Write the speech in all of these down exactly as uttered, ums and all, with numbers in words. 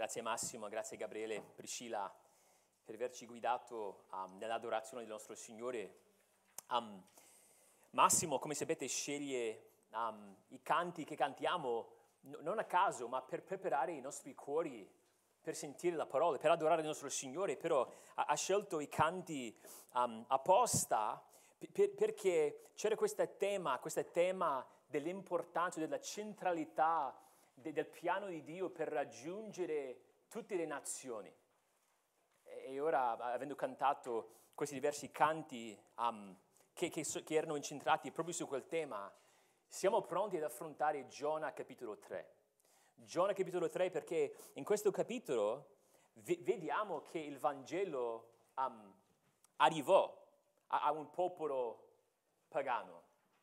Grazie Massimo, grazie Gabriele, Priscilla per averci guidato um, nell'adorazione del nostro Signore. Um, Massimo, come sapete, sceglie um, i canti che cantiamo n- non a caso, ma per preparare i nostri cuori per sentire la parola, per adorare il nostro Signore, però ha, ha scelto i canti um, apposta per, perché c'era questo tema, questo tema dell'importanza, della centralità de, del piano di Dio per raggiungere tutte le nazioni. E, e ora, avendo cantato questi diversi canti um, che, che, so, che erano incentrati proprio su quel tema, siamo pronti ad affrontare Giona capitolo tre. Giona capitolo tre perché in questo capitolo v- vediamo che il Vangelo um, arrivò a, a un popolo pagano.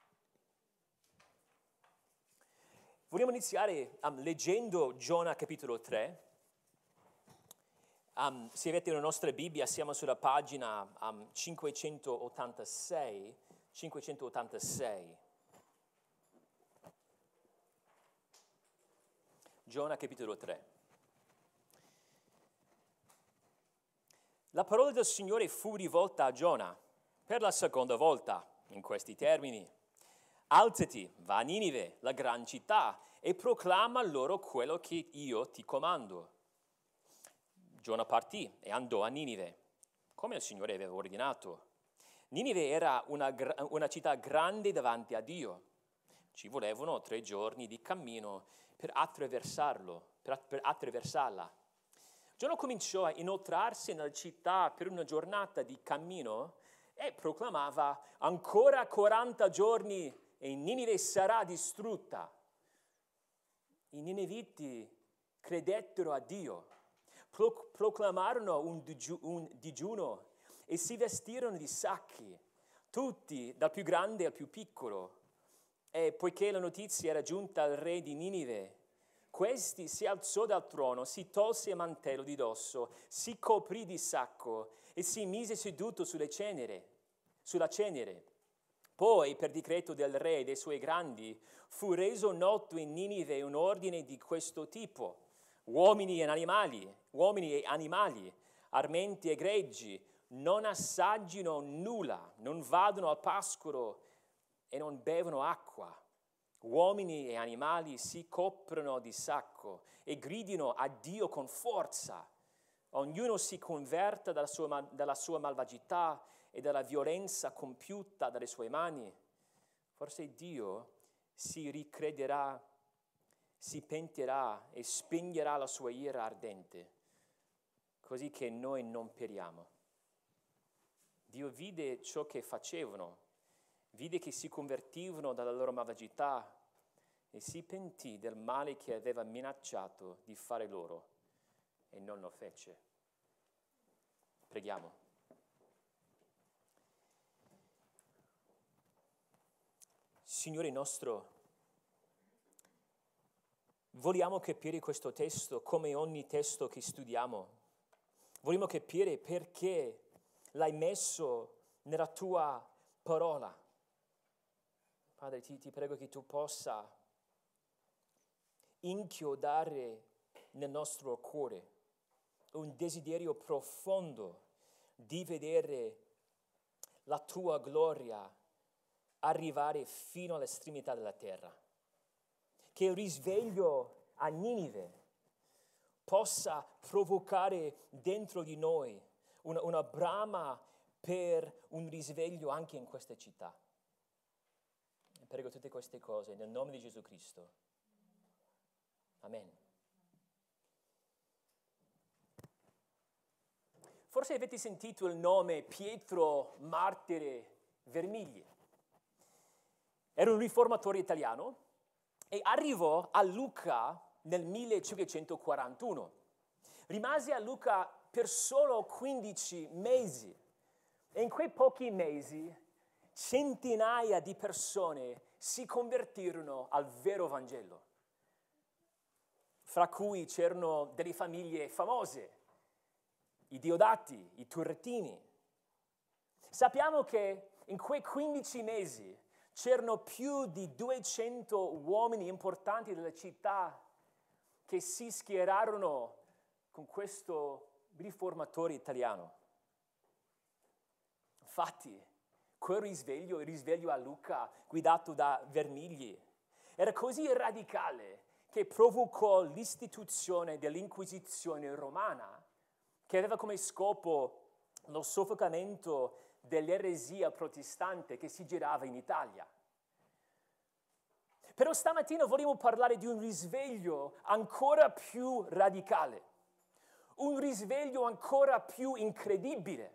Vogliamo iniziare um, leggendo Giona capitolo tre. Um, se avete la nostra Bibbia siamo sulla pagina um, cinquecentottantasei. cinquecentottantasei. Giona capitolo tre. La parola del Signore fu rivolta a Giona per la seconda volta in questi termini. Alzati, va a Ninive, la gran città, e proclama loro quello che io ti comando. Giona partì e andò a Ninive, come il Signore aveva ordinato. Ninive era una, una città grande davanti a Dio. Ci volevano tre giorni di cammino per attraversarlo, per, per attraversarla. Giona cominciò a inoltrarsi nella città per una giornata di cammino e proclamava: ancora quaranta giorni e Ninive sarà distrutta. I nineviti credettero a Dio, pro- proclamarono un, digiu- un digiuno e si vestirono di sacchi, tutti, dal più grande al più piccolo. E poiché la notizia era giunta al re di Ninive, questi si alzò dal trono, si tolse il mantello di dosso, si coprì di sacco e si mise seduto sulle cenere, sulla cenere. Poi, per decreto del re e dei suoi grandi, fu reso noto in Ninive un ordine di questo tipo: uomini e animali, uomini e animali, armenti e greggi, non assaggino nulla, non vadano al pascolo e non bevono acqua. Uomini e animali si coprono di sacco e gridino a Dio con forza. Ognuno si converta dalla sua, dalla sua malvagità e dalla violenza compiuta dalle sue mani. Forse Dio si ricrederà, si pentirà e spegnerà la sua ira ardente, così che noi non periamo. Dio vide ciò che facevano, vide che si convertivano dalla loro malvagità e si pentì del male che aveva minacciato di fare loro e non lo fece. Preghiamo. Signore nostro, vogliamo capire questo testo come ogni testo che studiamo. Vogliamo capire perché l'hai messo nella tua parola. Padre, ti, ti prego che tu possa inchiodare nel nostro cuore un desiderio profondo di vedere la tua gloria arrivare fino all'estremità della terra. Che il risveglio a Ninive possa provocare dentro di noi una, una brama per un risveglio anche in questa città. E prego tutte queste cose nel nome di Gesù Cristo. Amen. Forse avete sentito il nome Pietro Martire Vermigli. Era un riformatore italiano e arrivò a Lucca nel millecinquecentoquarantuno. Rimase a Lucca per solo quindici mesi e in quei pochi mesi centinaia di persone si convertirono al vero Vangelo, fra cui c'erano delle famiglie famose, i Diodati, i Turrettini. Sappiamo che in quei quindici mesi c'erano più di duecento uomini importanti della città che si schierarono con questo riformatore italiano. Infatti, quel risveglio, il risveglio a Lucca, guidato da Vermigli, era così radicale che provocò l'istituzione dell'Inquisizione romana, che aveva come scopo lo soffocamento dell'eresia protestante che si girava in Italia. Però stamattina vogliamo parlare di un risveglio ancora più radicale, un risveglio ancora più incredibile.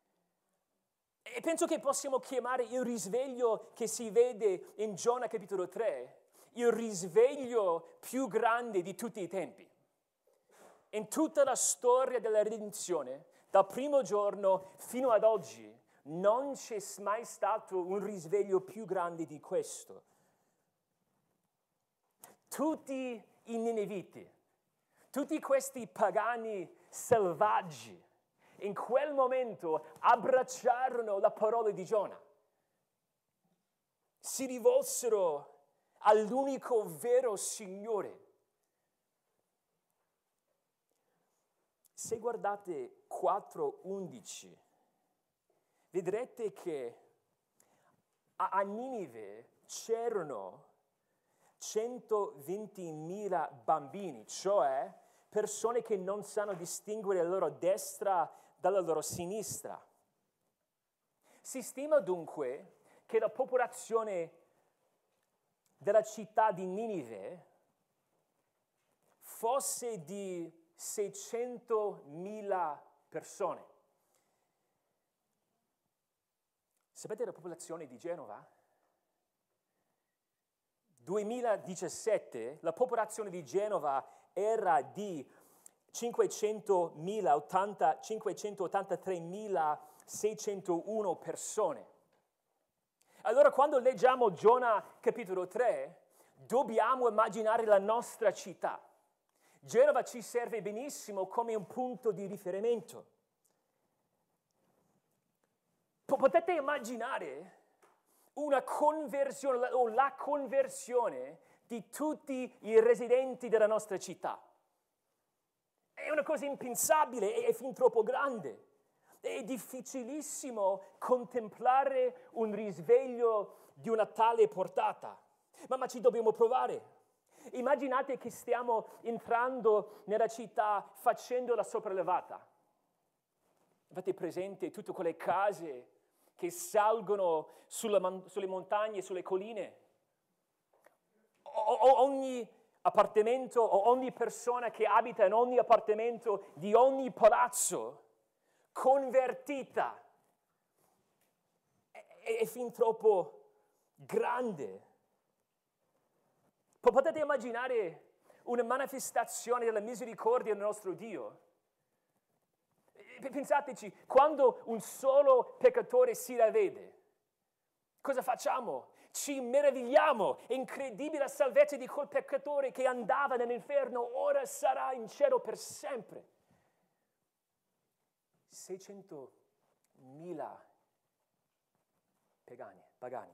E penso che possiamo chiamare il risveglio che si vede in Giona capitolo tre, il risveglio più grande di tutti i tempi. In tutta la storia della redenzione, dal primo giorno fino ad oggi, non c'è mai stato un risveglio più grande di questo. Tutti i nineviti, tutti questi pagani selvaggi, in quel momento abbracciarono la parola di Giona. Si rivolsero all'unico vero Signore. Se guardate quattro undici, vedrete che a Ninive c'erano centoventimila bambini, cioè persone che non sanno distinguere la loro destra dalla loro sinistra. Si stima dunque che la popolazione della città di Ninive fosse di seicentomila persone. Sapete la popolazione di Genova? duemiladiciassette la popolazione di Genova era di cinquecentomila, cinquecentottantatremilaseicentouno persone. Allora quando leggiamo Giona capitolo tre, dobbiamo immaginare la nostra città. Genova ci serve benissimo come un punto di riferimento. Potete immaginare una conversione o la conversione di tutti i residenti della nostra città. È una cosa impensabile, è, è fin troppo grande. È difficilissimo contemplare un risveglio di una tale portata. Ma, ma ci dobbiamo provare. Immaginate che stiamo entrando nella città facendo la sopraelevata. Avete presente tutte quelle case che salgono sulla, sulle montagne, sulle colline? O, o ogni appartamento o ogni persona che abita in ogni appartamento di ogni palazzo convertita. È, è, è fin troppo grande. Potete immaginare una manifestazione della misericordia del nostro Dio? Pensateci, quando un solo peccatore si ravvede, cosa facciamo? Ci meravigliamo, è incredibile la salvezza di quel peccatore che andava nell'inferno, ora sarà in cielo per sempre. seicentomila pagani, pagani.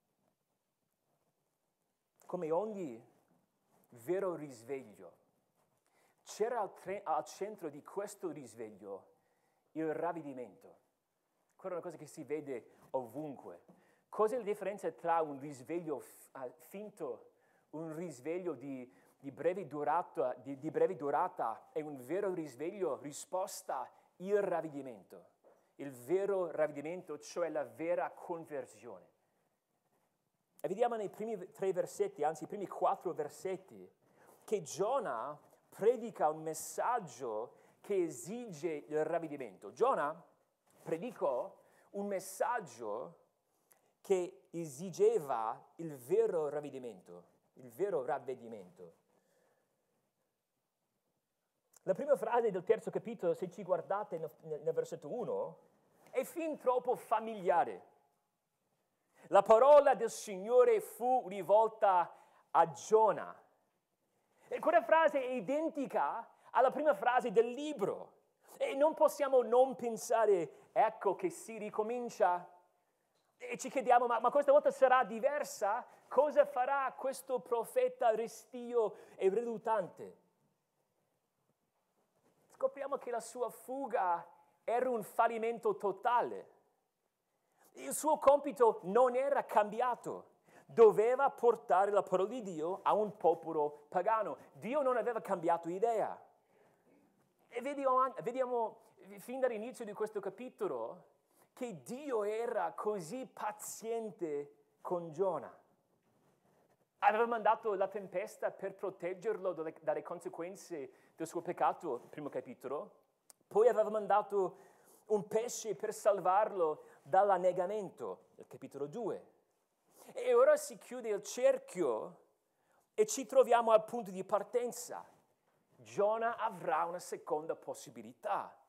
Come ogni vero risveglio, c'era al, tre, al centro di questo risveglio il ravvedimento. Quella è una cosa che si vede ovunque. Cos'è la differenza tra un risveglio uh, finto, un risveglio di, di, breve durata, di, di breve durata e un vero risveglio risposta, il ravvedimento. Il vero ravvedimento, cioè la vera conversione. E vediamo nei primi tre versetti, anzi i primi quattro versetti, che Giona predica un messaggio che esige il ravvedimento. Giona predicò un messaggio che esigeva il vero ravvedimento, il vero ravvedimento. La prima frase del terzo capitolo, se ci guardate nel, nel versetto uno, è fin troppo familiare. La parola del Signore fu rivolta a Giona. E quella frase è identica alla prima frase del libro. E non possiamo non pensare, ecco che si ricomincia. E ci chiediamo, ma, ma questa volta sarà diversa? Cosa farà questo profeta restio e riluttante? sappiamo che la sua fuga era un fallimento totale. Il suo compito non era cambiato. Doveva portare la parola di Dio a un popolo pagano. Dio non aveva cambiato idea. E vediamo, vediamo fin dall'inizio di questo capitolo che Dio era così paziente con Giona. Aveva mandato la tempesta per proteggerlo dalle, dalle conseguenze del suo peccato, primo capitolo. Poi aveva mandato un pesce per salvarlo dall'annegamento, nel capitolo due. E ora si chiude il cerchio e ci troviamo al punto di partenza. Giona avrà una seconda possibilità.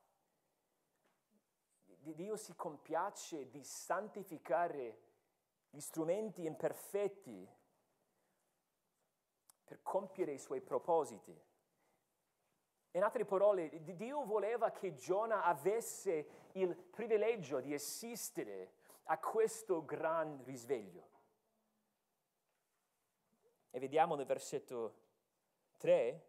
Dio si compiace di santificare gli strumenti imperfetti per compiere i suoi propositi. In altre parole, Dio voleva che Giona avesse il privilegio di assistere a questo gran risveglio. E vediamo nel versetto tre,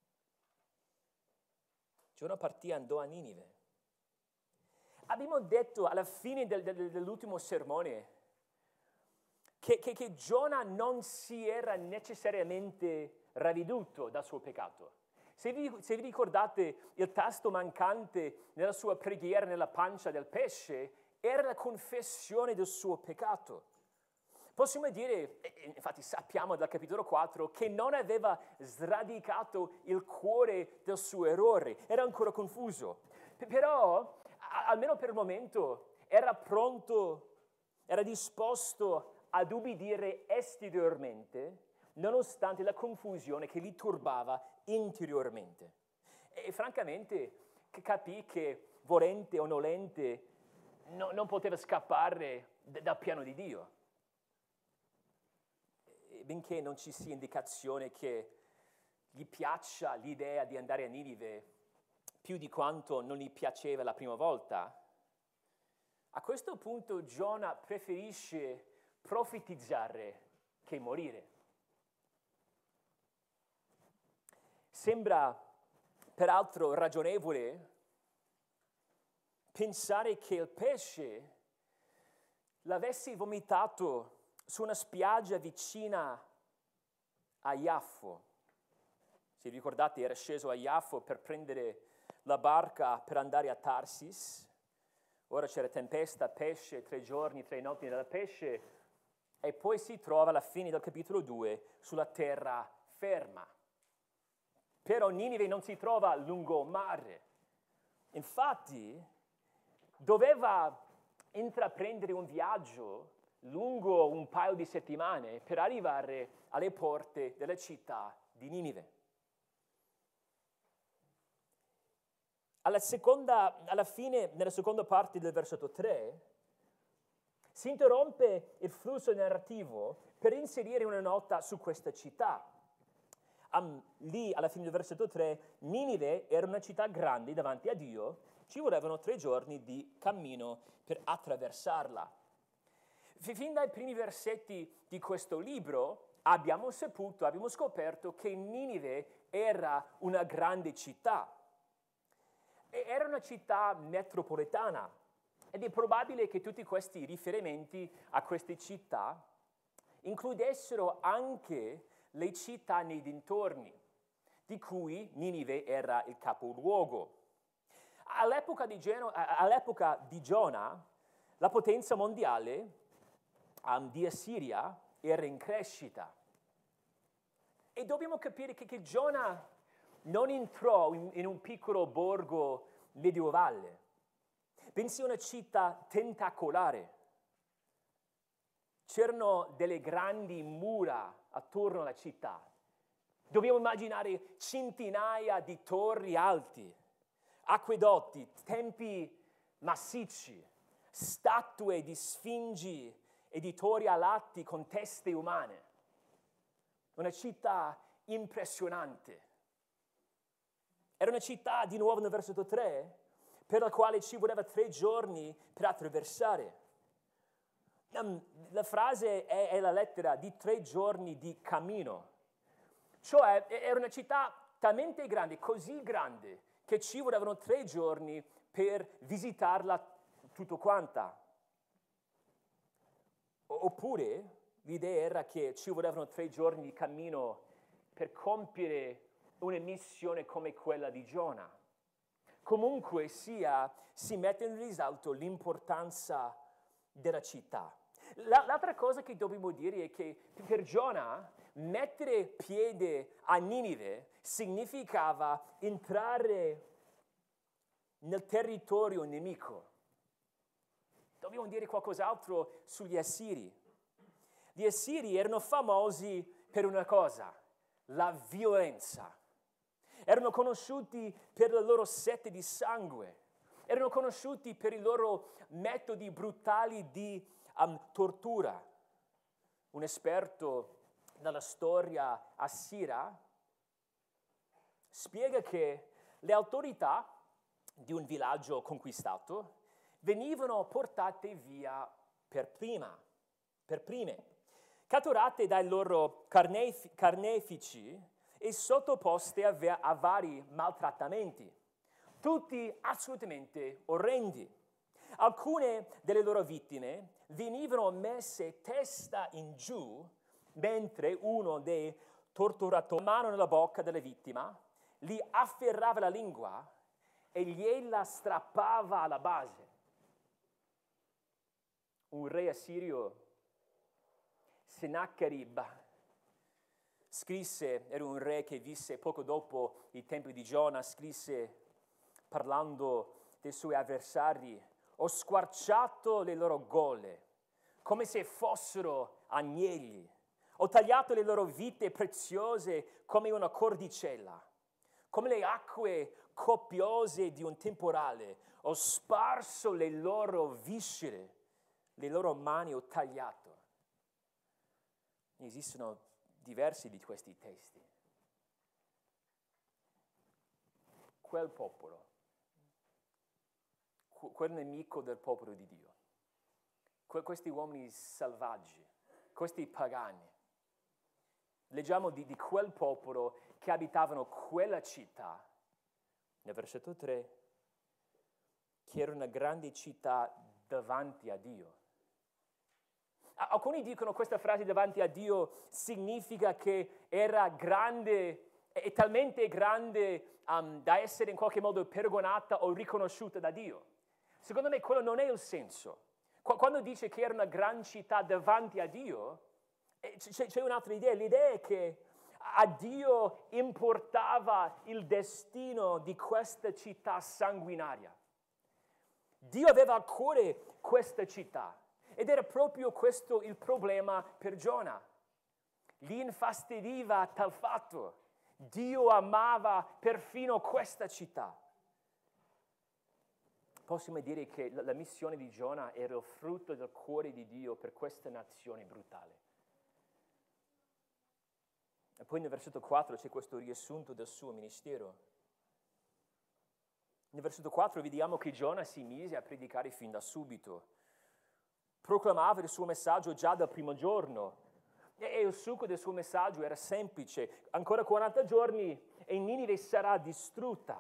Giona partì e andò a Ninive. Abbiamo detto alla fine del, del, dell'ultimo sermone che, che, che Giona non si era necessariamente ravveduto dal suo peccato. Se vi, se vi ricordate, il tasto mancante nella sua preghiera nella pancia del pesce era la confessione del suo peccato. Possiamo dire, infatti sappiamo dal capitolo quattro, che non aveva sradicato il cuore del suo errore, era ancora confuso. Però, almeno per il momento, era pronto, era disposto ad ubbidire esteriormente, nonostante la confusione che li turbava interiormente. E francamente capì che, volente o nolente, no, non poteva scappare d- dal piano di Dio. E benché non ci sia indicazione che gli piaccia l'idea di andare a Ninive più di quanto non gli piaceva la prima volta, a questo punto Giona preferisce profetizzare che morire. Sembra peraltro ragionevole pensare che il pesce l'avesse vomitato su una spiaggia vicina a Iaffo. Se vi ricordate, era sceso a Iaffo per prendere la barca per andare a Tarsis. Ora c'era tempesta, pesce, tre giorni, tre notti nella pesce, e poi si trova alla fine del capitolo due sulla terra ferma. Però Ninive non si trova a lungomare. Infatti, doveva intraprendere un viaggio lungo un paio di settimane per arrivare alle porte della città di Ninive. Alla, seconda, alla fine, nella seconda parte del versetto tre, si interrompe il flusso narrativo per inserire una nota su questa città. Um, lì, alla fine del versetto tre, Ninive era una città grande davanti a Dio, ci volevano tre giorni di cammino per attraversarla. Fin dai primi versetti di questo libro abbiamo saputo, abbiamo scoperto che Ninive era una grande città. E era una città metropolitana ed è probabile che tutti questi riferimenti a queste città includessero anche le città nei dintorni, di cui Ninive era il capoluogo. All'epoca di, Geno- all'epoca di Giona, la potenza mondiale um, di Assiria era in crescita. E dobbiamo capire che, che Giona non entrò in, in un piccolo borgo medievale, bensì una città tentacolare. C'erano delle grandi mura attorno alla città. Dobbiamo immaginare centinaia di torri alti, acquedotti, templi massicci, statue di sfingi e di tori alati con teste umane. Una città impressionante. Era una città, di nuovo nel versetto tre, per la quale ci voleva tre giorni per attraversare. La frase è, è la lettera di tre giorni di cammino. Cioè, era una città talmente grande, così grande, che ci volevano tre giorni per visitarla tutto quanta. Oppure l'idea era che ci volevano tre giorni di cammino per compiere una missione come quella di Giona. Comunque sia, si mette in risalto l'importanza della città. L'altra cosa che dobbiamo dire è che per Giona mettere piede a Ninive significava entrare nel territorio nemico. Dobbiamo dire qualcos'altro sugli Assiri. Gli Assiri erano famosi per una cosa, la violenza. Erano conosciuti per la loro sete di sangue. Erano conosciuti per i loro metodi brutali di um, tortura. Un esperto nella storia assira spiega che le autorità di un villaggio conquistato venivano portate via per prima, per prime, catturate dai loro carnef- carnefici e sottoposte a, ve- a vari maltrattamenti, tutti assolutamente orrendi. Alcune delle loro vittime venivano messe testa in giù mentre uno dei torturatori, mano nella bocca della vittima, gli afferrava la lingua e gliela strappava alla base. Un re assirio, Sennacherib, scrisse, era un re che visse poco dopo i tempi di Giona, scrisse parlando dei suoi avversari: ho squarciato le loro gole come se fossero agnelli, ho tagliato le loro vite preziose come una cordicella, come le acque copiose di un temporale, ho sparso le loro viscere, le loro mani ho tagliato. Esistono diversi di questi testi. Quel popolo, quel nemico del popolo di Dio, que- questi uomini selvaggi, questi pagani, leggiamo di, di quel popolo che abitavano quella città, nel versetto tre, che era una grande città davanti a Dio. Alcuni dicono che questa frase davanti a Dio significa che era grande, è talmente grande um, da essere in qualche modo perdonata o riconosciuta da Dio. Secondo me quello non è il senso. Quando dice che era una gran città davanti a Dio, c'è, c'è un'altra idea. L'idea è che a Dio importava il destino di questa città sanguinaria. Dio aveva a cuore questa città. Ed era proprio questo il problema per Giona. Gli infastidiva tal fatto. Dio amava perfino questa città. Possiamo dire che la, la missione di Giona era il frutto del cuore di Dio per questa nazione brutale. E poi nel versetto quattro c'è questo riassunto del suo ministero. Nel versetto quattro vediamo che Giona si mise a predicare fin da subito. Proclamava il suo messaggio già dal primo giorno e il succo del suo messaggio era semplice: ancora quaranta giorni e Ninive sarà distrutta.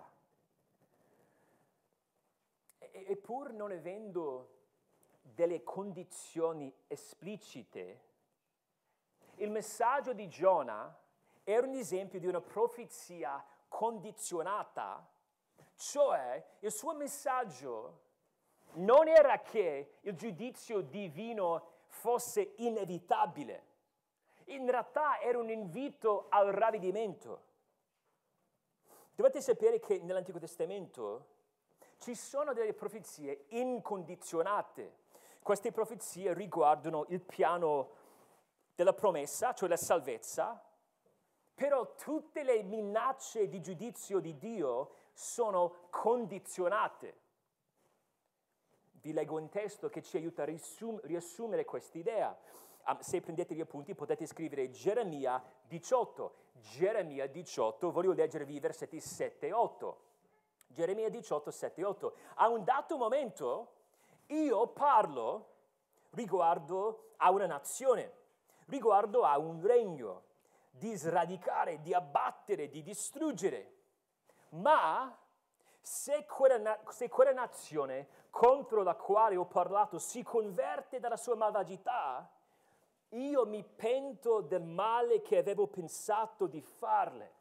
E, e pur non avendo delle condizioni esplicite, il messaggio di Giona era un esempio di una profezia condizionata, cioè il suo messaggio non era che il giudizio divino fosse inevitabile. In realtà era un invito al ravvedimento. Dovete sapere che nell'Antico Testamento ci sono delle profezie incondizionate. Queste profezie riguardano il piano della promessa, cioè la salvezza, però tutte le minacce di giudizio di Dio sono condizionate. Vi leggo un testo che ci aiuta a riassum- riassumere quest'idea. Um, se prendete gli appunti potete scrivere Geremia diciotto. Geremia diciotto, voglio leggervi i versetti sette e otto. Geremia diciotto, sette e otto. A un dato momento io parlo riguardo a una nazione, riguardo a un regno, di sradicare, di abbattere, di distruggere. Ma Se quella, na- se quella nazione contro la quale ho parlato si converte dalla sua malvagità, io mi pento del male che avevo pensato di farle.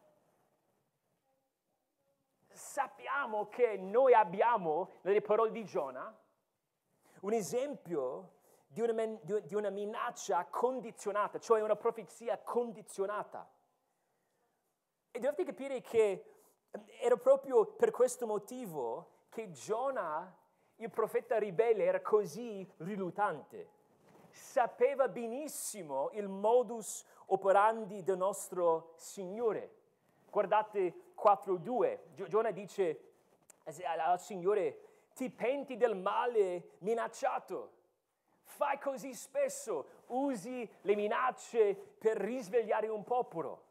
Sappiamo che noi abbiamo, nelle parole di Giona, un esempio di una, men- di una minaccia condizionata, cioè una profezia condizionata. E dovete capire che era proprio per questo motivo che Giona, il profeta ribelle, era così riluttante. Sapeva benissimo il modus operandi del nostro Signore. Guardate quattro due, Giona dice al Signore: ti penti del male minacciato, fai così spesso, usi le minacce per risvegliare un popolo.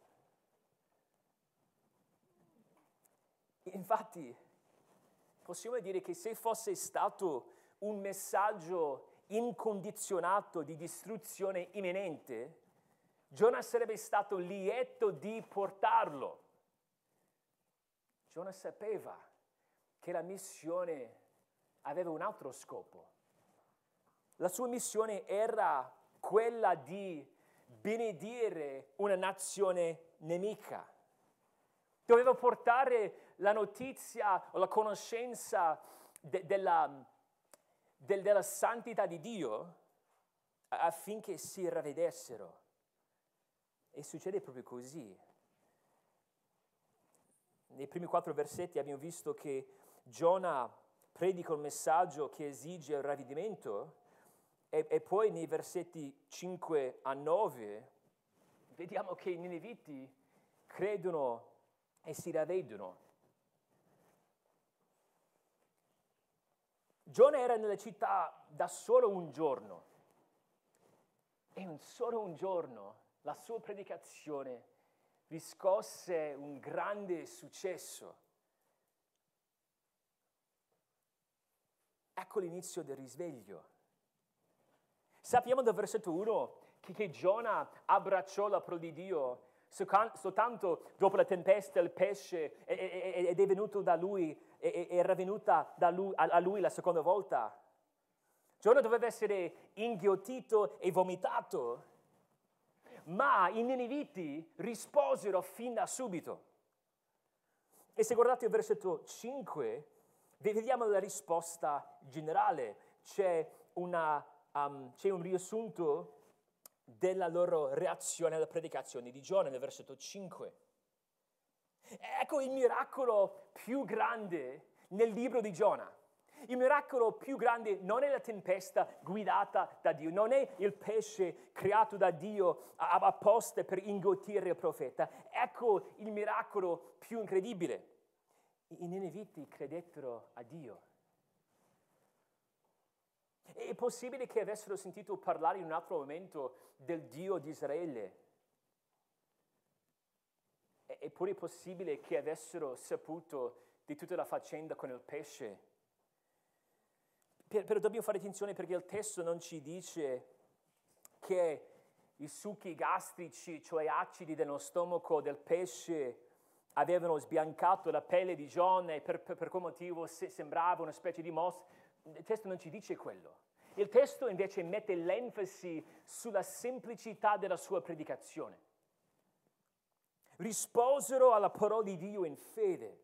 Infatti, possiamo dire che se fosse stato un messaggio incondizionato di distruzione imminente, Giona sarebbe stato lieto di portarlo. Giona sapeva che la missione aveva un altro scopo. La sua missione era quella di benedire una nazione nemica. Doveva portare la notizia o la conoscenza de- della, de- della santità di Dio affinché si ravvedessero. E succede proprio così. Nei primi quattro versetti abbiamo visto che Giona predica un messaggio che esige il ravvedimento e, e poi nei versetti cinque a nove vediamo che i nineviti credono e si ravvedono. Giona era nella città da solo un giorno e in solo un giorno la sua predicazione riscosse un grande successo. Ecco l'inizio del risveglio. Sappiamo dal versetto uno che, che Giona abbracciò la parola di Dio soltanto dopo la tempesta, il pesce, ed è venuto da lui, era venuta da lui, a lui la seconda volta. Giona doveva essere inghiottito e vomitato, ma i nineviti risposero fin da subito. E se guardate il versetto cinque, vediamo la risposta generale. C'è, una, um, c'è un riassunto della loro reazione alla predicazione di Giona nel versetto cinque. Ecco il miracolo più grande nel libro di Giona. Il miracolo più grande non è la tempesta guidata da Dio, non è il pesce creato da Dio apposta per inghiottire il profeta. Ecco il miracolo più incredibile. I nineviti credettero a Dio. È possibile che avessero sentito parlare in un altro momento del Dio di Israele. È pure possibile che avessero saputo di tutta la faccenda con il pesce. Però dobbiamo fare attenzione perché il testo non ci dice che i succhi gastrici, cioè acidi dello stomaco del pesce, avevano sbiancato la pelle di Giona e per, per, per quel motivo se, sembrava una specie di mossa. Il testo non ci dice quello. Il testo invece mette l'enfasi sulla semplicità della sua predicazione. Risposero alla parola di Dio in fede.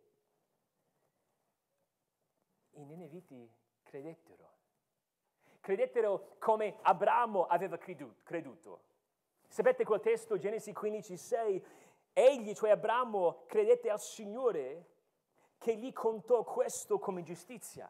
I nineviti credettero. Credettero come Abramo aveva creduto. Sapete quel testo, Genesi quindici sei? Egli, cioè Abramo, credette al Signore che gli contò questo come giustizia.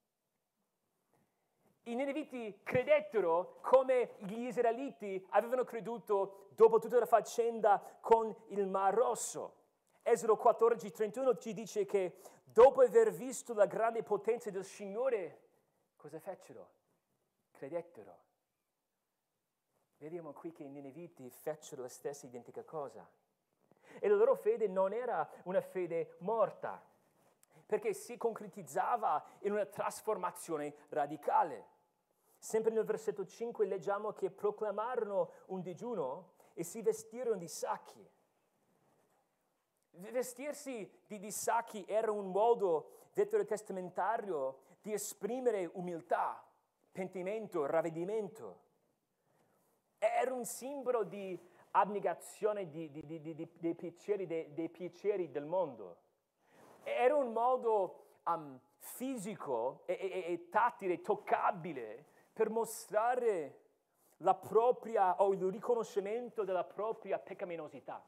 I nineviti credettero come gli israeliti avevano creduto dopo tutta la faccenda con il Mar Rosso. Esodo quattordici trentuno ci dice che dopo aver visto la grande potenza del Signore, cosa fecero? Credettero. Vediamo qui che i nineviti fecero la stessa identica cosa. E la loro fede non era una fede morta, perché si concretizzava in una trasformazione radicale. Sempre nel versetto cinque leggiamo che proclamarono un digiuno e si vestirono di sacchi. Vestirsi di, di sacchi era un modo veterotestamentario di esprimere umiltà, pentimento, ravvedimento. Era un simbolo di abnegazione di, di, di, di, dei, piaceri, dei, dei piaceri del mondo. Era un modo um, fisico e, e, e tattile, toccabile, per mostrare la propria, o il riconoscimento della propria peccaminosità.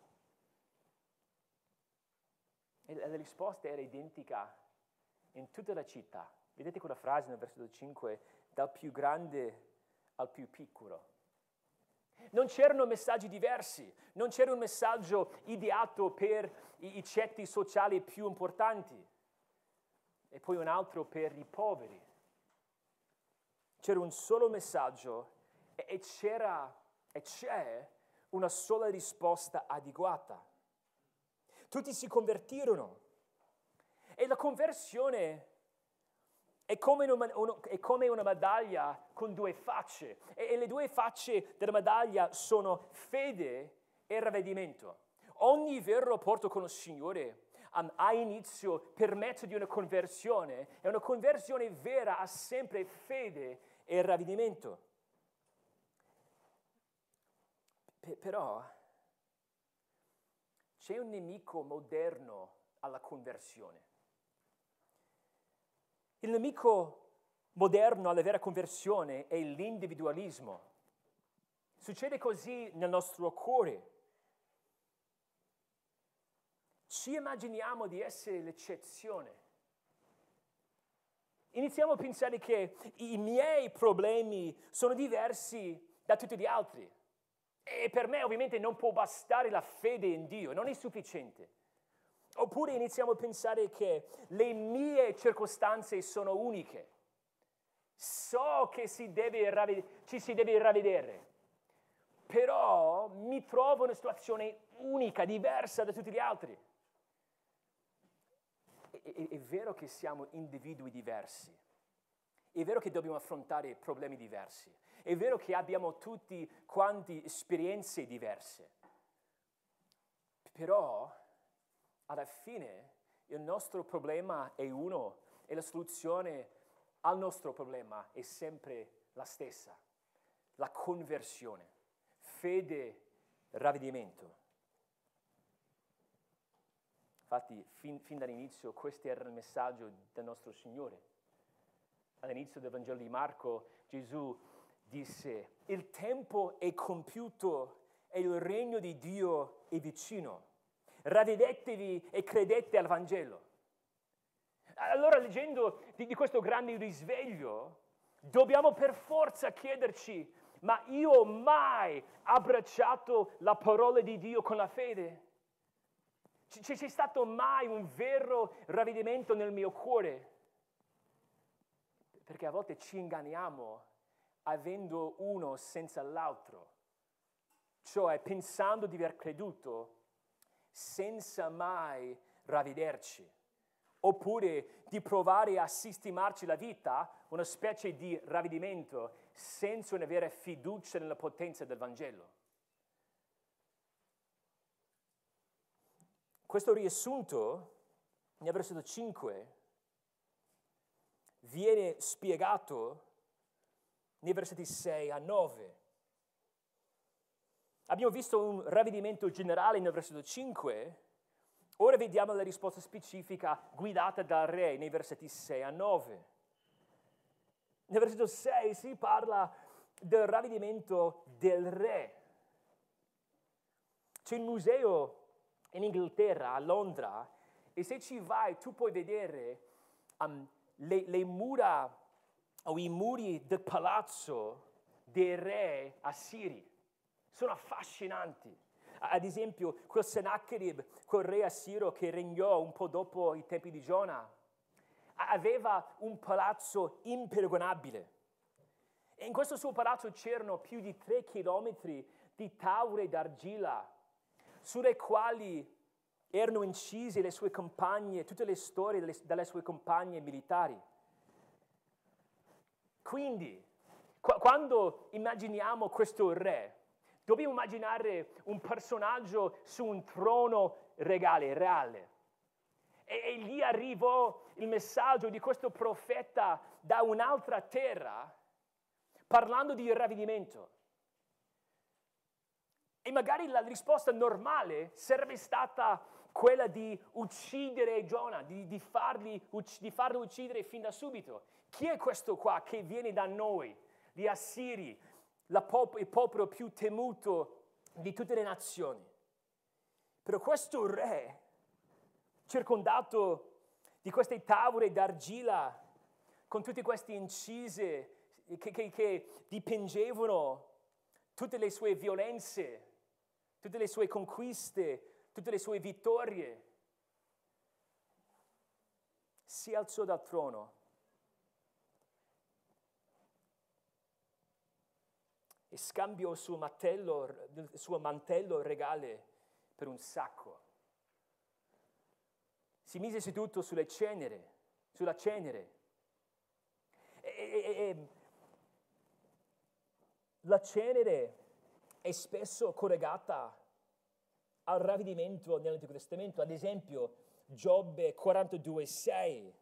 E la risposta era identica in tutta la città. Vedete quella frase nel versetto cinque, dal più grande al più piccolo. Non c'erano messaggi diversi, non c'era un messaggio ideato per i, i ceti sociali più importanti e poi un altro per i poveri. C'era un solo messaggio e, e c'era e c'è una sola risposta adeguata. Tutti si convertirono e la conversione è come una, uno, è come una medaglia con due facce e, e le due facce della medaglia sono fede e ravvedimento. Ogni vero rapporto con il Signore um, ha inizio per mezzo di una conversione e una conversione vera ha sempre fede e ravvedimento. P- però c'è un nemico moderno alla conversione. Il nemico moderno alla vera conversione è l'individualismo. Succede così nel nostro cuore. Ci immaginiamo di essere l'eccezione. Iniziamo a pensare che i miei problemi sono diversi da tutti gli altri. E per me ovviamente non può bastare la fede in Dio, non è sufficiente. Oppure iniziamo a pensare che le mie circostanze sono uniche. So che si deve ravved- ci si deve ravvedere, però mi trovo in una situazione unica, diversa da tutti gli altri. È, è, è vero che siamo individui diversi. È vero che dobbiamo affrontare problemi diversi. È vero che abbiamo tutti quanti esperienze diverse. Però alla fine il nostro problema è uno e la soluzione al nostro problema è sempre la stessa, la conversione, fede, ravvedimento. Infatti, fin, fin dall'inizio, questo era il messaggio del nostro Signore. All'inizio del Vangelo di Marco, Gesù disse: il tempo è compiuto e il regno di Dio è vicino. Ravvedetevi e credete al Vangelo. Allora, leggendo di, di questo grande risveglio, dobbiamo per forza chiederci: ma io ho mai abbracciato la parola di Dio con la fede? C- c'è stato mai un vero ravvedimento nel mio cuore? Perché a volte ci inganniamo avendo uno senza l'altro, cioè pensando di aver creduto senza mai ravvederci, oppure di provare a sistemarci la vita, una specie di ravvedimento, senza una vera fiducia nella potenza del Vangelo. Questo riassunto, nel versetto cinque, viene spiegato nei versetti sei a nove. Abbiamo visto un ravvedimento generale nel versetto cinque, ora vediamo la risposta specifica guidata dal re nei versetti sei a nove. Nel versetto sei si parla del ravvedimento del re. C'è un museo in Inghilterra, a Londra, e se ci vai tu puoi vedere um, le, le mura o i muri del palazzo dei re assiri. Sono affascinanti. Ad esempio, quel Sennacherib, quel re assiro che regnò un po' dopo i tempi di Giona, aveva un palazzo imperagonabile. E in questo suo palazzo c'erano più di tre chilometri di tavole d'argilla, sulle quali erano incise le sue campagne, tutte le storie delle, delle sue campagne militari. Quindi, qu- quando immaginiamo questo re, dobbiamo immaginare un personaggio su un trono regale, reale. E, e lì arrivò il messaggio di questo profeta da un'altra terra, parlando di ravvedimento. E magari la risposta normale sarebbe stata quella di uccidere Giona, di, di, farli, di farlo uccidere fin da subito. Chi è questo qua che viene da noi, gli Assiri, la pop- il popolo più temuto di tutte le nazioni? Però questo re, circondato di queste tavole d'argilla, con tutte queste incise che, che, che dipingevano tutte le sue violenze, tutte le sue conquiste, tutte le sue vittorie, si alzò dal trono e scambiò il suo mantello, il suo mantello regale per un sacco. Si mise seduto sulle cenere, sulla cenere. E, e, e, la cenere è spesso collegata al ravvedimento nell'Antico Testamento. Ad esempio, Giobbe quarantadue sei.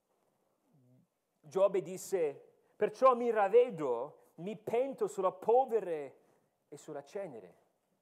Giobbe disse: perciò mi ravvedo, mi pento sulla polvere e sulla cenere.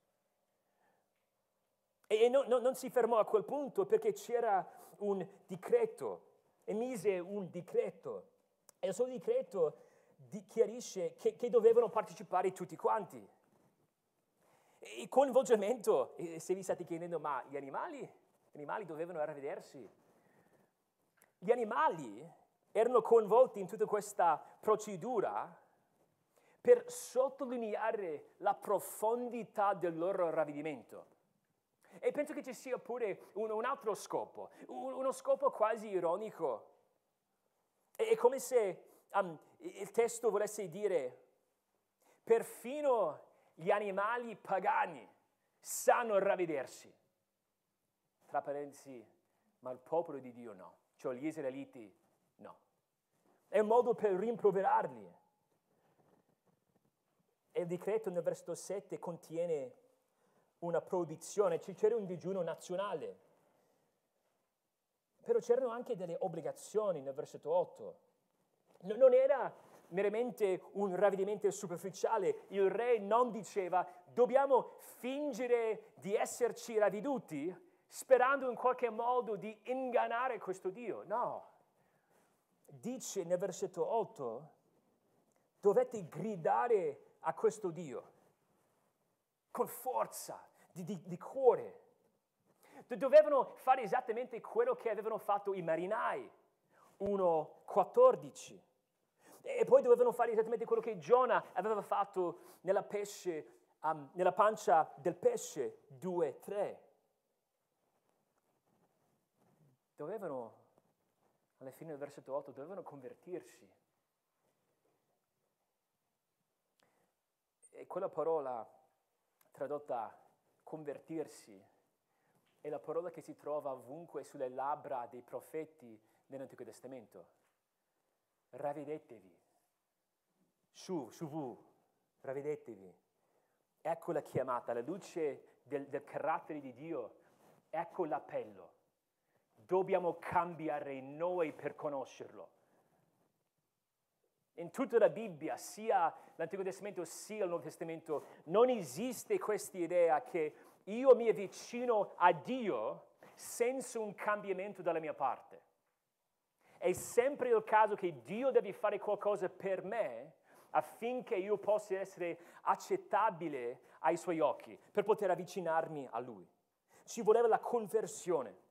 E non, non, non si fermò a quel punto, perché c'era un decreto, emise un decreto. E il suo decreto chiarisce che, che dovevano partecipare tutti quanti. Il coinvolgimento, se vi state chiedendo, ma gli animali? Gli animali dovevano ravvedersi. Gli animali erano coinvolti in tutta questa procedura per sottolineare la profondità del loro ravvedimento. E penso che ci sia pure un, un altro scopo, un, uno scopo quasi ironico. È come se um, il testo volesse dire: perfino gli animali pagani sanno ravvedersi. Tra parentesi, ma il popolo di Dio no, cioè gli israeliti no. È un modo per rimproverarli. E il decreto nel versetto sette contiene una proibizione, c'era un digiuno nazionale. Però c'erano anche delle obbligazioni nel versetto otto. Non era meramente un ravvedimento superficiale. Il re non diceva: dobbiamo fingere di esserci ravveduti sperando in qualche modo di ingannare questo Dio. No. Dice nel versetto otto: dovete gridare a questo Dio con forza, di, di, di cuore. Dovevano fare esattamente quello che avevano fatto i marinai, uno quattordici. E poi dovevano fare esattamente quello che Giona aveva fatto nella, pesce, um, nella pancia del pesce, due tre. Dovevano, alla fine del versetto otto, dovevano convertirsi. E quella parola tradotta convertirsi è la parola che si trova ovunque sulle labbra dei profeti nell'Antico Testamento. Ravvedetevi. Shuv, shuvu, ravvedetevi. Ecco la chiamata, alla luce del, del carattere di Dio, ecco l'appello. Dobbiamo cambiare noi per conoscerlo. In tutta la Bibbia, sia l'Antico Testamento sia il Nuovo Testamento, non esiste questa idea che io mi avvicino a Dio senza un cambiamento dalla mia parte. È sempre il caso che Dio deve fare qualcosa per me affinché io possa essere accettabile ai suoi occhi, per poter avvicinarmi a Lui. Ci voleva la conversione.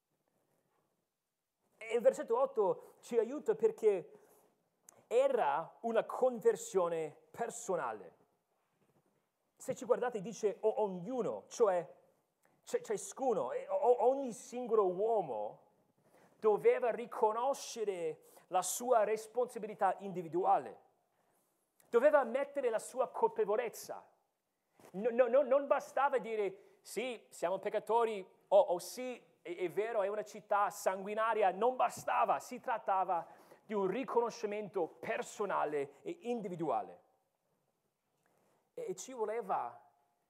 E il versetto otto ci aiuta perché era una conversione personale. Se ci guardate dice o ognuno, cioè ciascuno, ogni singolo uomo doveva riconoscere la sua responsabilità individuale. Doveva ammettere la sua colpevolezza. No, no, no, non bastava dire sì, siamo peccatori, o oh, oh, sì, è, è vero, è una città sanguinaria. Non bastava, si trattava di un riconoscimento personale e individuale. E, e ci voleva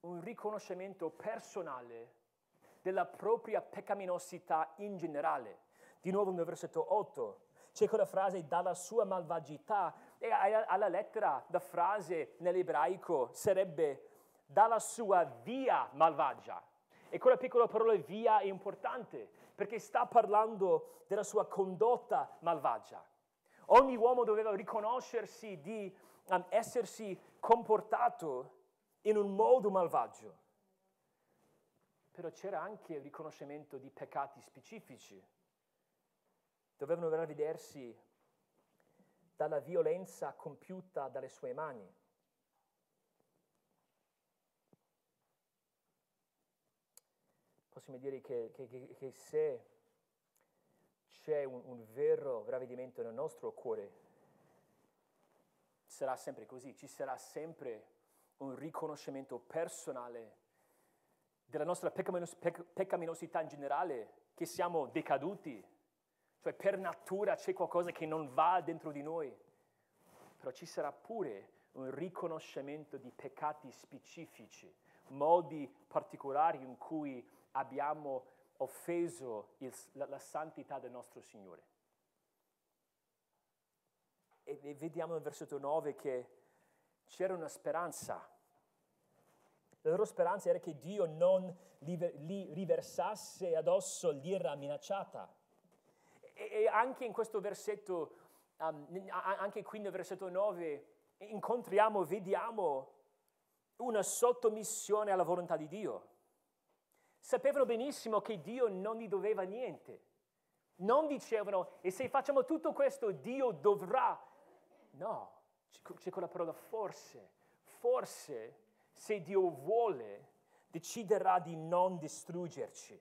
un riconoscimento personale della propria peccaminosità in generale. Di nuovo nel versetto otto c'è quella frase dalla sua malvagità e alla lettera la frase nell'ebraico sarebbe dalla sua via malvagia. E quella piccola parola via è importante perché sta parlando della sua condotta malvagia. Ogni uomo doveva riconoscersi di um, essersi comportato in un modo malvagio. Però c'era anche il riconoscimento di peccati specifici. Dovevano ravvedersi dalla violenza compiuta dalle sue mani. Possiamo dire che, che, che, che se c'è un, un vero ravvedimento nel nostro cuore, sarà sempre così, ci sarà sempre un riconoscimento personale della nostra peccaminos- pec- peccaminosità in generale, che siamo decaduti, cioè per natura c'è qualcosa che non va dentro di noi, però ci sarà pure un riconoscimento di peccati specifici, modi particolari in cui abbiamo offeso il, la, la santità del nostro Signore. E, e vediamo nel versetto nove che c'era una speranza. La loro speranza era che Dio non li, li riversasse addosso l'ira minacciata. E, e anche in questo versetto, um, anche qui nel versetto nove, incontriamo, vediamo una sottomissione alla volontà di Dio. Sapevano benissimo che Dio non gli doveva niente. Non dicevano, e se facciamo tutto questo, Dio dovrà. No, c'è quella parola forse. Forse, se Dio vuole, deciderà di non distruggerci.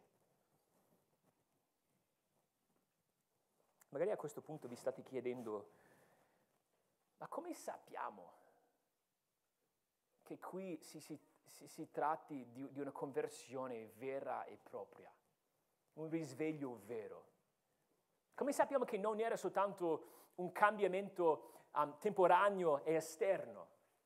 Magari a questo punto vi state chiedendo, ma come sappiamo che qui si, si, si, si tratti di, di una conversione vera e propria, un risveglio vero? Come sappiamo che non era soltanto un cambiamento um, temporaneo e esterno?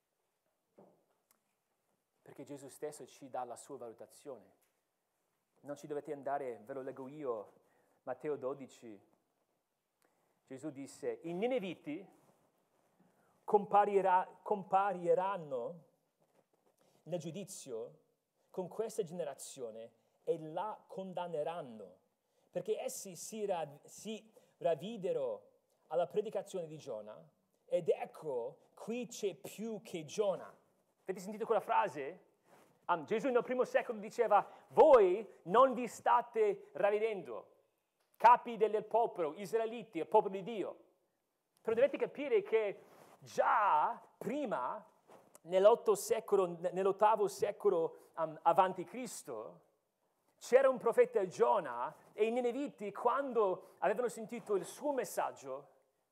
Perché Gesù stesso ci dà la sua valutazione. Non ci dovete andare, ve lo leggo io, Matteo dodici. Gesù disse, i Nineviti comparirà, compariranno nel giudizio con questa generazione e la condanneranno, perché essi si, rav- si ravvidero alla predicazione di Giona, ed ecco, qui c'è più che Giona. Avete sentito quella frase? Um, Gesù nel primo secolo diceva, voi non vi state ravvedendo, capi del popolo, israeliti, il popolo di Dio. Però dovete capire che già prima, nell'otto secolo, nell'ottavo secolo um, avanti Cristo, c'era un profeta Giona e i Nineviti, quando avevano sentito il suo messaggio,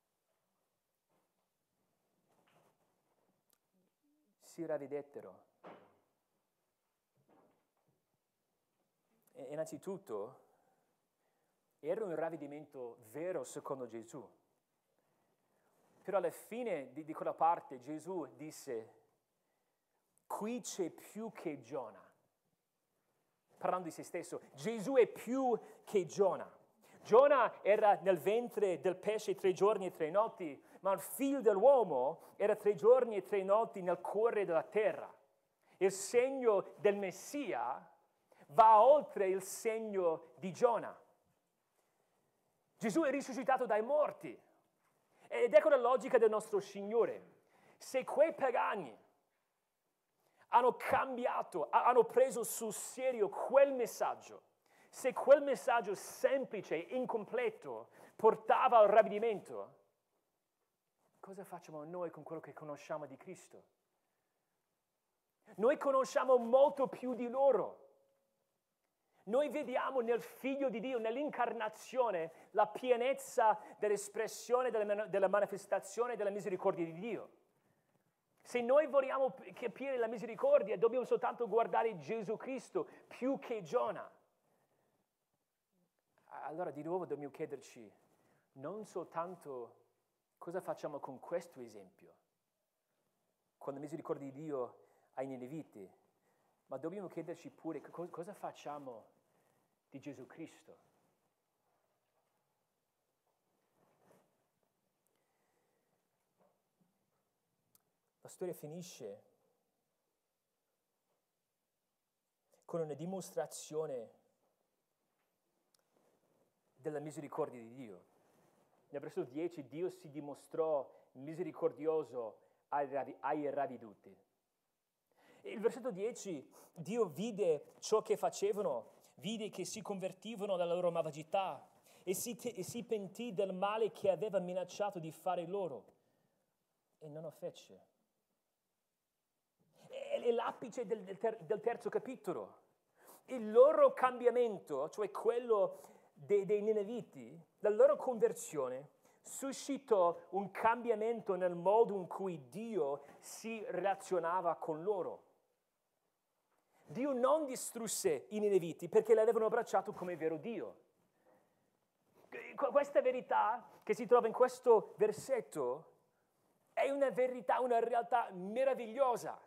si ravvedettero. E innanzitutto, era un ravvedimento vero secondo Gesù. Però alla fine di, di quella parte Gesù disse, qui c'è più che Giona. Parlando di se stesso, Gesù è più che Giona. Giona era nel ventre del pesce tre giorni e tre notti, ma il figlio dell'uomo era tre giorni e tre notti nel cuore della terra. Il segno del Messia va oltre il segno di Giona. Gesù è risuscitato dai morti. Ed ecco la logica del nostro Signore. Se quei pagani hanno cambiato, hanno preso sul serio quel messaggio, se quel messaggio semplice e incompleto portava al ravvedimento, cosa facciamo noi con quello che conosciamo di Cristo? Noi conosciamo molto più di loro. Noi vediamo nel Figlio di Dio, nell'incarnazione, la pienezza dell'espressione, della, della manifestazione della misericordia di Dio. Se noi vogliamo capire la misericordia, dobbiamo soltanto guardare Gesù Cristo più che Giona. Allora di nuovo dobbiamo chiederci, non soltanto cosa facciamo con questo esempio, con la misericordia di Dio ai Nineviti, ma dobbiamo chiederci pure co- cosa facciamo di Gesù Cristo. La storia finisce con una dimostrazione della misericordia di Dio. Nel versetto dieci Dio si dimostrò misericordioso ai, ravi, ai ravveduti. Il versetto dieci, Dio vide ciò che facevano, vide che si convertivano dalla loro malvagità e si, te, e si pentì del male che aveva minacciato di fare loro e non lo fece. È l'apice del, del, ter, del terzo capitolo. Il loro cambiamento, cioè quello dei, dei Nineviti, la loro conversione, suscitò un cambiamento nel modo in cui Dio si relazionava con loro. Dio non distrusse i Nineviti perché l'avevano abbracciato come vero Dio. Questa verità che si trova in questo versetto è una verità, una realtà meravigliosa.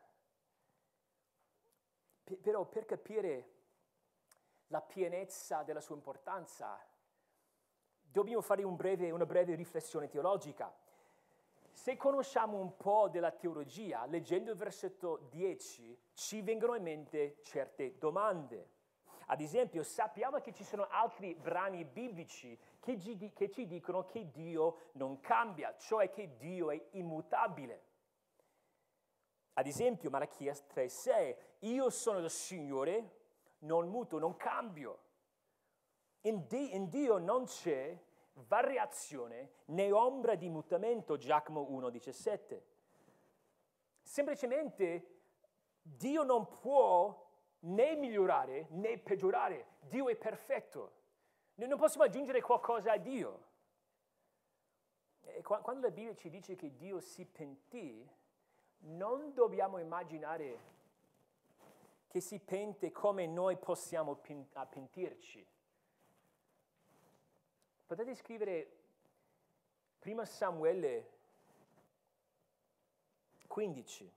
P- però per capire la pienezza della sua importanza, dobbiamo fare un breve, una breve riflessione teologica. Se conosciamo un po' della teologia, leggendo il versetto dieci, ci vengono in mente certe domande. Ad esempio, sappiamo che ci sono altri brani biblici che ci, che ci dicono che Dio non cambia, cioè che Dio è immutabile. Ad esempio, Malachia tre sei, io sono il Signore, non muto, non cambio. In, di, in Dio non c'è variazione né ombra di mutamento, Giacomo uno diciassette. Semplicemente Dio non può né migliorare né peggiorare. Dio è perfetto. Non possiamo aggiungere qualcosa a Dio. E quando la Bibbia ci dice che Dio si pentì, non dobbiamo immaginare che si pente come noi possiamo pentirci. Potete scrivere primo Samuele quindici,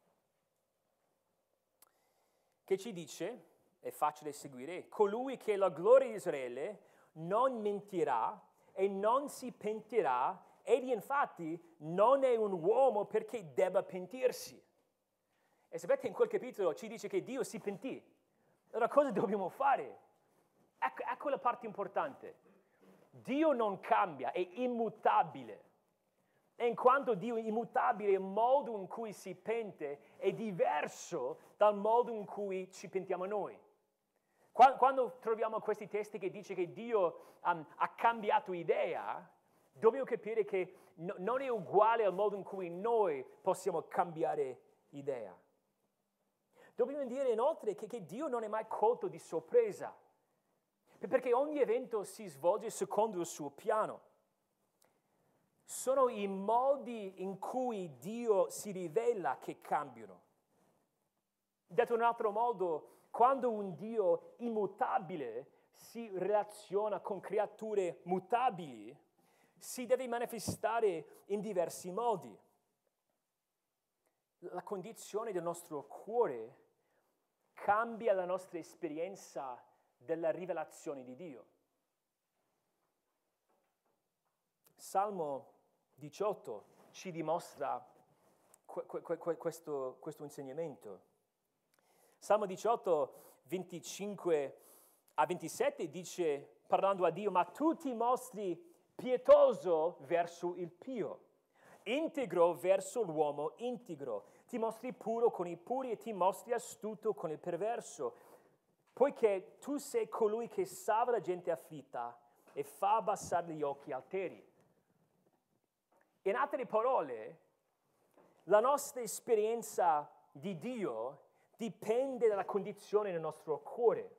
che ci dice, è facile seguire, colui che è la gloria di Israele non mentirà e non si pentirà, egli infatti non è un uomo perché debba pentirsi. E sapete, in quel capitolo ci dice che Dio si pentì. Allora cosa dobbiamo fare? Ecco, ecco la parte importante. Dio non cambia, è immutabile. E in quanto Dio è immutabile, il modo in cui si pente è diverso dal modo in cui ci pentiamo noi. Quando troviamo questi testi che dice che Dio um, ha cambiato idea, dobbiamo capire che no, non è uguale al modo in cui noi possiamo cambiare idea. Dobbiamo dire inoltre che, che Dio non è mai colto di sorpresa, perché ogni evento si svolge secondo il suo piano. Sono i modi in cui Dio si rivela che cambiano. Detto in un altro modo, quando un Dio immutabile si relaziona con creature mutabili, si deve manifestare in diversi modi. La condizione del nostro cuore cambia la nostra esperienza della rivelazione di Dio. Salmo diciotto ci dimostra que- que- que- questo, questo insegnamento. Salmo diciotto, venticinque a ventisette dice, parlando a Dio, ma tu ti mostri pietoso verso il pio, integro verso l'uomo integro, ti mostri puro con i puri e ti mostri astuto con il perverso, poiché tu sei colui che salva la gente afflitta e fa abbassare gli occhi alteri. In altre parole, la nostra esperienza di Dio dipende dalla condizione del nostro cuore.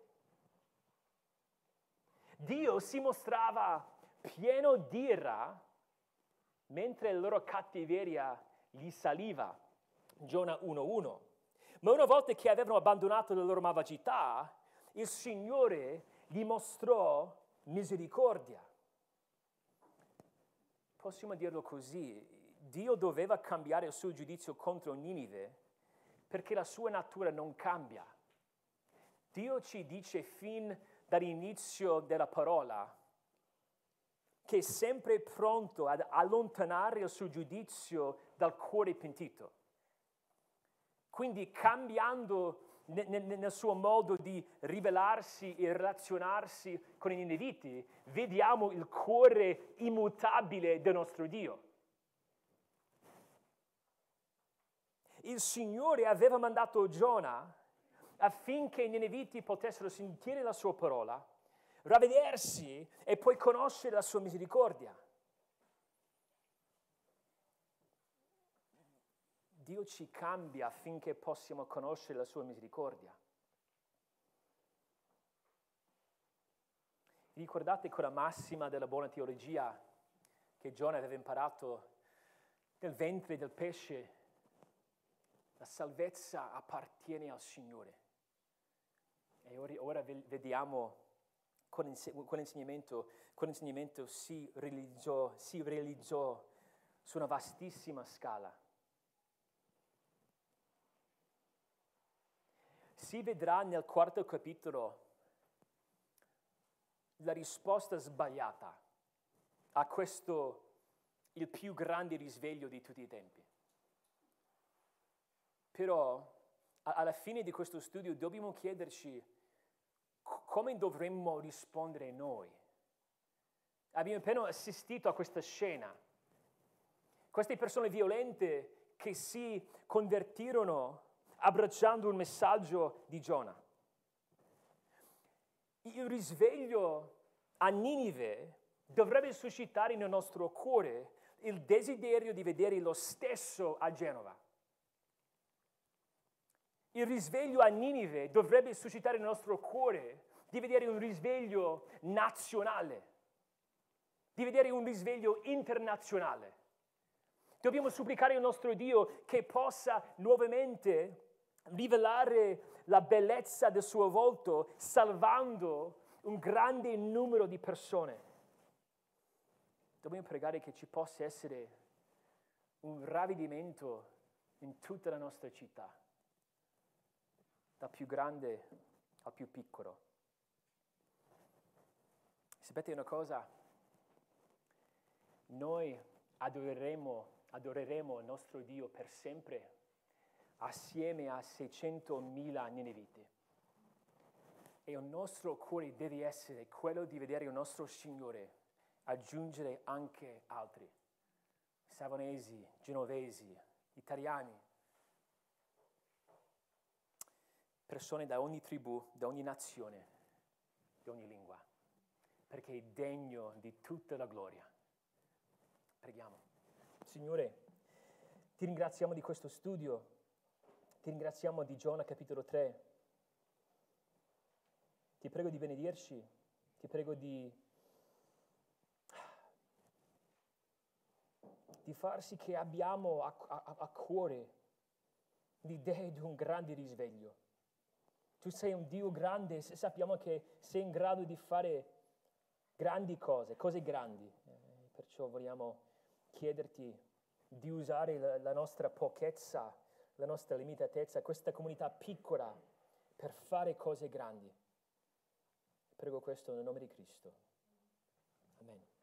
Dio si mostrava pieno d'ira mentre la loro cattiveria gli saliva, Giona uno uno. Ma una volta che avevano abbandonato la loro malvagità, il Signore gli mostrò misericordia. Possiamo dirlo così, Dio doveva cambiare il suo giudizio contro Ninive perché la sua natura non cambia. Dio ci dice fin dall'inizio della parola che è sempre pronto ad allontanare il suo giudizio dal cuore pentito. Quindi cambiando nel, nel suo modo di rivelarsi e relazionarsi con i nineviti, vediamo il cuore immutabile del nostro Dio. Il Signore aveva mandato Giona affinché i nineviti potessero sentire la sua parola, ravvedersi e poi conoscere la sua misericordia. Dio ci cambia affinché possiamo conoscere la sua misericordia. Ricordate quella massima della buona teologia che Giona aveva imparato nel ventre del pesce? La salvezza appartiene al Signore. E ora vediamo quell'insegnamento, quell'insegnamento si realizzò, si realizzò su una vastissima scala. Si vedrà nel quarto capitolo la risposta sbagliata a questo, il più grande risveglio di tutti i tempi. Però, alla fine di questo studio, dobbiamo chiederci come dovremmo rispondere noi. Abbiamo appena assistito a questa scena. Queste persone violente che si convertirono abbracciando il messaggio di Giona. Il risveglio a Ninive dovrebbe suscitare nel nostro cuore il desiderio di vedere lo stesso a Genova. Il risveglio a Ninive dovrebbe suscitare nel nostro cuore di vedere un risveglio nazionale, di vedere un risveglio internazionale. Dobbiamo supplicare il nostro Dio che possa nuovamente rivelare la bellezza del suo volto, salvando un grande numero di persone. Dobbiamo pregare che ci possa essere un ravvedimento in tutta la nostra città, dal più grande al più piccolo. Sapete una cosa? Noi adoreremo, adoreremo il nostro Dio per sempre assieme a seicentomila nineviti. E il nostro cuore deve essere quello di vedere il nostro Signore aggiungere anche altri, savonesi, genovesi, italiani, persone da ogni tribù, da ogni nazione, di ogni lingua, perché è degno di tutta la gloria. Preghiamo. Signore, ti ringraziamo di questo studio, ti ringraziamo di Giona capitolo tre. Ti prego di benedirci, ti prego di, di far sì che abbiamo a, a, a cuore l'idea di un grande risveglio. Tu sei un Dio grande e sappiamo che sei in grado di fare grandi cose, cose grandi. Eh, perciò vogliamo chiederti di usare la, la nostra pochezza, la nostra limitatezza, questa comunità piccola per fare cose grandi. Prego questo nel nome di Cristo. Amen.